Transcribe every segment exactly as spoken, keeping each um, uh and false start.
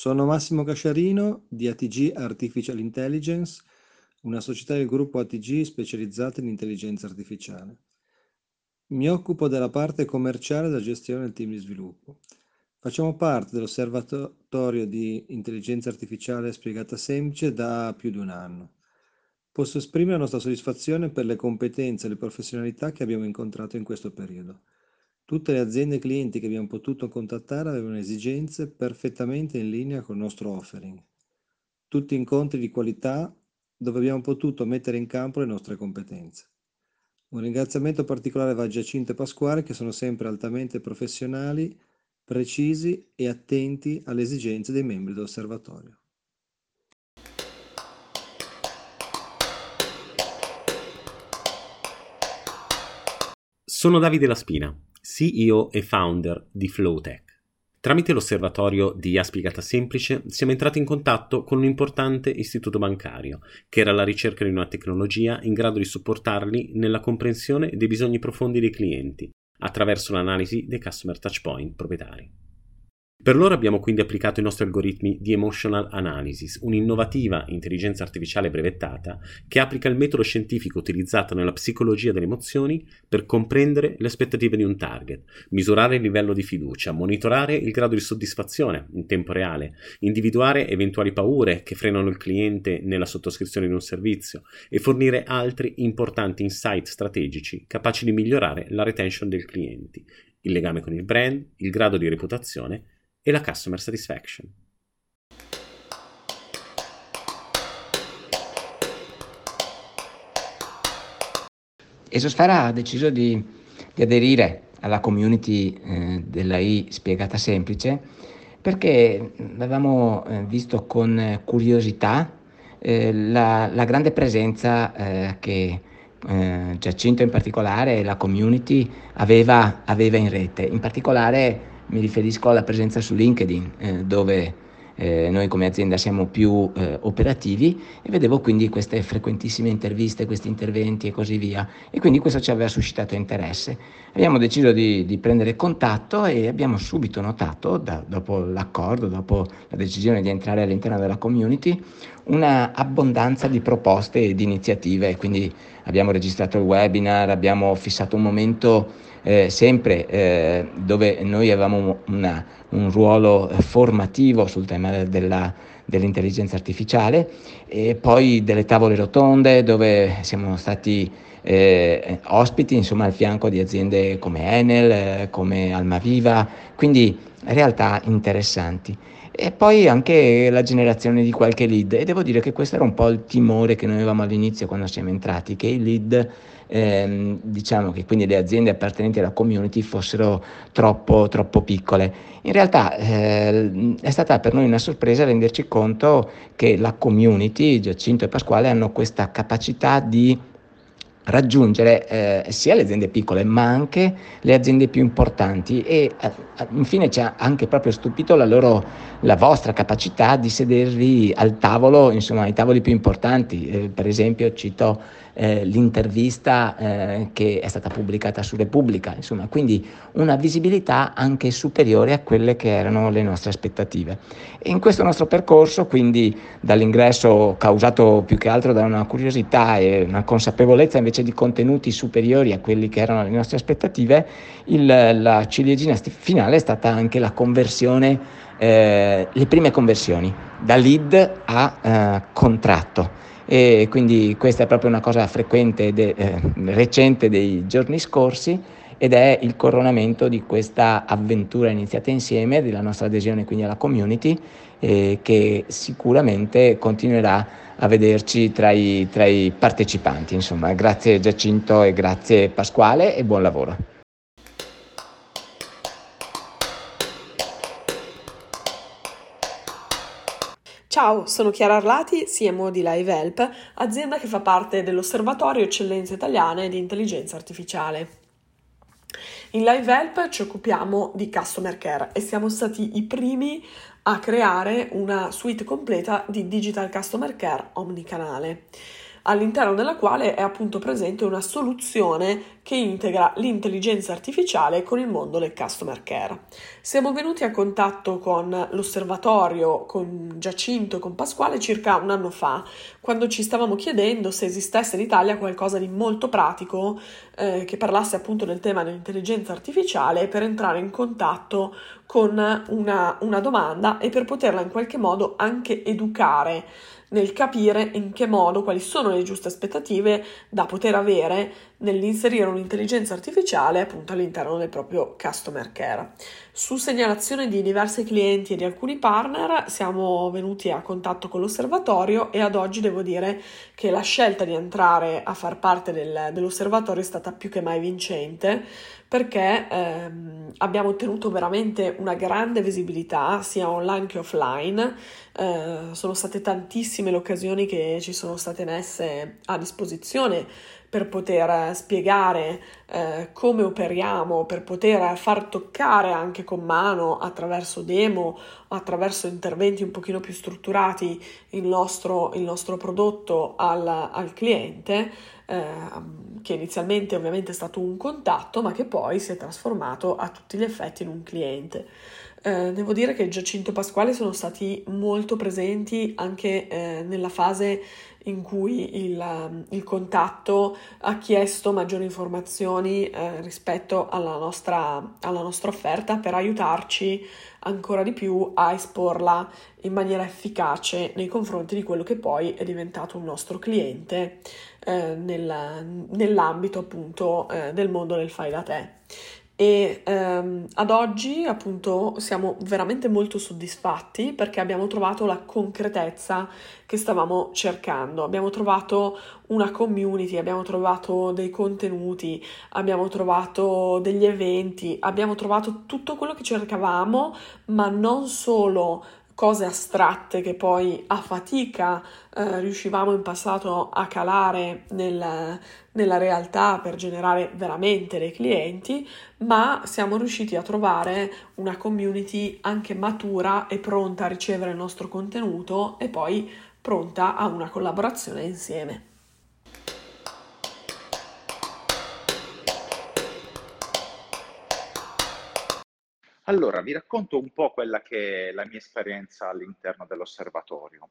Sono Massimo Casciarino di A T G Artificial Intelligence, una società del gruppo A T G specializzata in intelligenza artificiale. Mi occupo della parte commerciale e della gestione del team di sviluppo. Facciamo parte dell'osservatorio di intelligenza artificiale spiegata semplice da più di un anno. Posso esprimere la nostra soddisfazione per le competenze e le professionalità che abbiamo incontrato in questo periodo. Tutte le aziende e clienti che abbiamo potuto contattare avevano esigenze perfettamente in linea con il nostro offering. Tutti incontri di qualità dove abbiamo potuto mettere in campo le nostre competenze. Un ringraziamento particolare va a Giacinto e Pasquale, che sono sempre altamente professionali, precisi e attenti alle esigenze dei membri dell'osservatorio. Sono Davide Laspina, C E O e founder di Flowtech. Tramite l'osservatorio di I A Spiegata Semplice siamo entrati in contatto con un importante istituto bancario che era alla ricerca di una tecnologia in grado di supportarli nella comprensione dei bisogni profondi dei clienti attraverso l'analisi dei customer touchpoint proprietari. Per loro abbiamo quindi applicato i nostri algoritmi di Emotional Analysis, un'innovativa intelligenza artificiale brevettata che applica il metodo scientifico utilizzato nella psicologia delle emozioni per comprendere le aspettative di un target, misurare il livello di fiducia, monitorare il grado di soddisfazione in tempo reale, individuare eventuali paure che frenano il cliente nella sottoscrizione di un servizio e fornire altri importanti insight strategici capaci di migliorare la retention dei clienti, il legame con il brand, il grado di reputazione e la customer satisfaction. Esosfera ha deciso di, di aderire alla community eh, della I Spiegata Semplice perché avevamo eh, visto con curiosità eh, la, la grande presenza eh, che eh, Giacinto in particolare e la community aveva, aveva in rete. In particolare mi riferisco alla presenza su LinkedIn, eh, dove eh, noi come azienda siamo più eh, operativi, e vedevo quindi queste frequentissime interviste, questi interventi e così via, e quindi questo ci aveva suscitato interesse. Abbiamo deciso di, di prendere contatto e abbiamo subito notato, da, dopo l'accordo, dopo la decisione di entrare all'interno della community, una abbondanza di proposte e di iniziative. Quindi abbiamo registrato il webinar, abbiamo fissato un momento Eh, sempre eh, dove noi avevamo una, un ruolo formativo sul tema della, dell'intelligenza artificiale, e poi delle tavole rotonde dove siamo stati eh, ospiti, insomma, al fianco di aziende come Enel, eh, come Almaviva, quindi realtà interessanti. E poi anche la generazione di qualche lead, e devo dire che questo era un po' il timore che noi avevamo all'inizio quando siamo entrati, che i lead Ehm, diciamo che quindi le aziende appartenenti alla community fossero troppo, troppo piccole. In realtà eh, è stata per noi una sorpresa renderci conto che la community, Giacinto e Pasquale, hanno questa capacità di raggiungere eh, sia le aziende piccole ma anche le aziende più importanti, e eh, infine ci ha anche proprio stupito la loro, la vostra capacità di sedervi al tavolo, insomma ai tavoli più importanti. Eh, per esempio cito eh, l'intervista eh, che è stata pubblicata su Repubblica, insomma, quindi una visibilità anche superiore a quelle che erano le nostre aspettative. E in questo nostro percorso, quindi dall'ingresso causato più che altro da una curiosità e una consapevolezza invece di contenuti superiori a quelli che erano le nostre aspettative, il, la ciliegina finale è stata anche la conversione, eh, le prime conversioni da lead a eh, contratto. E quindi questa è proprio una cosa frequente, de, eh, recente dei giorni scorsi, ed è il coronamento di questa avventura iniziata insieme, della nostra adesione quindi alla community, eh, che sicuramente continuerà a vederci tra i, tra i partecipanti. Insomma, grazie Giacinto e grazie Pasquale, e buon lavoro. Ciao, sono Chiara Arlati, C M O di LiveHelp, azienda che fa parte dell'Osservatorio Eccellenze Italiane di Intelligenza Artificiale. In LiveHelp ci occupiamo di Customer Care e siamo stati i primi a creare una suite completa di Digital Customer Care omnicanale. all'interno della quale è appunto presente una soluzione che integra l'intelligenza artificiale con il mondo del customer care. Siamo venuti a contatto con l'osservatorio, con Giacinto e con Pasquale circa un anno fa, quando ci stavamo chiedendo se esistesse in Italia qualcosa di molto pratico eh, che parlasse appunto del tema dell'intelligenza artificiale per entrare in contatto con una, una domanda e per poterla in qualche modo anche educare nel capire in che modo, quali sono le giuste aspettative da poter avere nell'inserire un'intelligenza artificiale appunto all'interno del proprio customer care. Su segnalazione di diversi clienti e di alcuni partner siamo venuti a contatto con l'osservatorio e ad oggi devo dire che la scelta di entrare a far parte del, dell'osservatorio è stata più che mai vincente, perché ehm, abbiamo ottenuto veramente una grande visibilità sia online che offline. Eh, sono state tantissime le occasioni che ci sono state messe a disposizione per poter spiegare eh, come operiamo, per poter far toccare anche con mano attraverso demo, attraverso interventi un pochino più strutturati il nostro, il nostro prodotto al, al cliente, eh, che inizialmente ovviamente è stato un contatto ma che poi si è trasformato a tutti gli effetti in un cliente. Eh, devo dire che Giacinto e Pasquale sono stati molto presenti anche eh, nella fase in cui il, il contatto ha chiesto maggiori informazioni eh, rispetto alla nostra, alla nostra offerta per aiutarci ancora di più a esporla in maniera efficace nei confronti di quello che poi è diventato un nostro cliente eh, nel, nell'ambito appunto eh, del mondo del fai da te. E ehm, ad oggi appunto siamo veramente molto soddisfatti perché abbiamo trovato la concretezza che stavamo cercando, abbiamo trovato una community, abbiamo trovato dei contenuti, abbiamo trovato degli eventi, abbiamo trovato tutto quello che cercavamo, ma non solo cose astratte che poi a fatica eh, riuscivamo in passato a calare nel, nella realtà per generare veramente dei clienti, ma siamo riusciti a trovare una community anche matura e pronta a ricevere il nostro contenuto e poi pronta a una collaborazione insieme. Allora, vi racconto un po' quella che è la mia esperienza all'interno dell'osservatorio.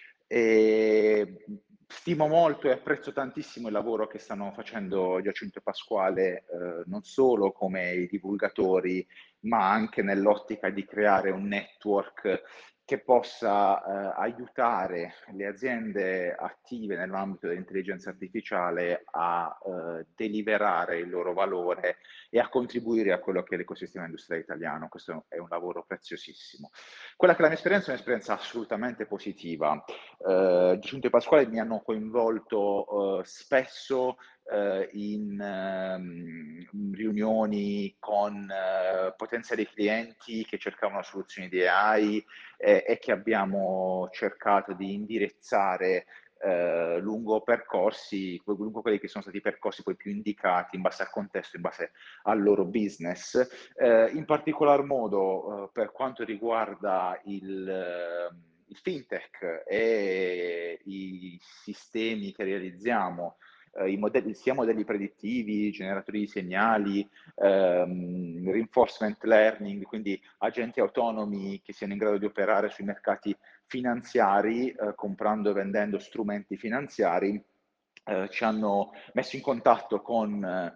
E stimo molto e apprezzo tantissimo il lavoro che stanno facendo Giacinto e Pasquale, eh, non solo come divulgatori, ma anche nell'ottica di creare un network che possa eh, aiutare le aziende attive nell'ambito dell'intelligenza artificiale a eh, deliberare il loro valore e a contribuire a quello che è l'ecosistema industriale italiano. Questo è un lavoro preziosissimo. Quella che è la mia esperienza è un'esperienza assolutamente positiva. Eh, Giacinto e Pasquale mi hanno coinvolto eh, spesso eh, in ehm, riunioni con eh, potenziali clienti che cercavano soluzioni di A I eh, e che abbiamo cercato di indirizzare eh, lungo percorsi, lungo quelli che sono stati i percorsi poi più indicati in base al contesto, in base al loro business. Eh, in particolar modo eh, per quanto riguarda il, eh, il fintech e i sistemi che realizziamo, eh, i modelli, sia modelli predittivi, generatori di segnali, ehm, reinforcement learning, quindi agenti autonomi che siano in grado di operare sui mercati finanziari, eh, comprando e vendendo strumenti finanziari. Eh, ci hanno messo in contatto con eh,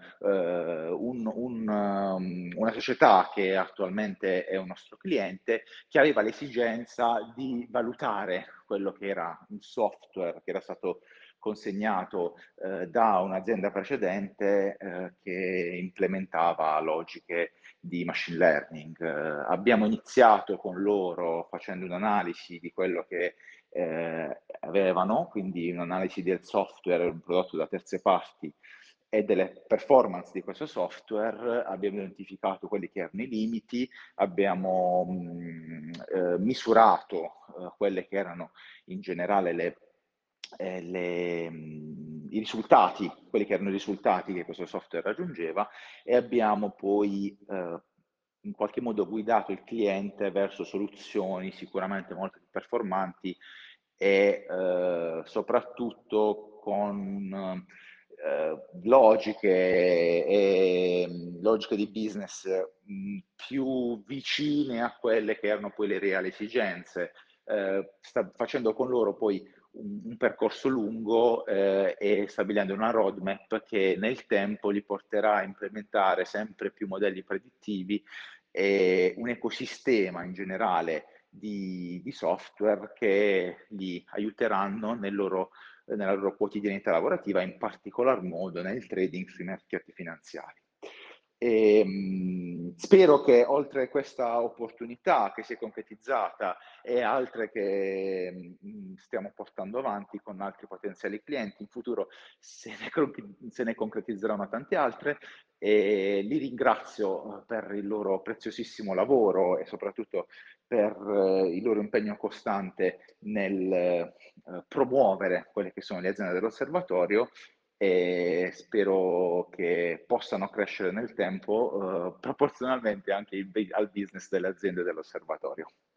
un, un, um, una società che attualmente è un nostro cliente, che aveva l'esigenza di valutare quello che era un software che era stato consegnato eh, da un'azienda precedente eh, che implementava logiche di machine learning. Eh, abbiamo iniziato con loro facendo un'analisi di quello che eh, avevano, quindi un'analisi del software prodotto da terze parti e delle performance di questo software. Abbiamo identificato quelli che erano i limiti, abbiamo mh, eh, misurato eh, quelle che erano in generale le eh, le, mh, i risultati, quelli che erano i risultati che questo software raggiungeva, e abbiamo poi eh, in qualche modo guidato il cliente verso soluzioni sicuramente molto più performanti e eh, soprattutto con eh, logiche e logiche di business mh, più vicine a quelle che erano poi le reali esigenze, eh, sta facendo con loro poi un, un percorso lungo eh, e stabilendo una roadmap che nel tempo li porterà a implementare sempre più modelli predittivi e un ecosistema in generale di, di software che li aiuteranno nel loro, nella loro quotidianità lavorativa, in particolar modo nel trading sui mercati finanziari. E, mh, spero che oltre a questa opportunità che si è concretizzata e altre che mh, stiamo portando avanti con altri potenziali clienti, in futuro se ne, se ne concretizzeranno tante altre, e li ringrazio per il loro preziosissimo lavoro e soprattutto per eh, il loro impegno costante nel eh, promuovere quelle che sono le aziende dell'osservatorio e spero che possano crescere nel tempo eh, proporzionalmente anche il, al business delle aziende dell'osservatorio.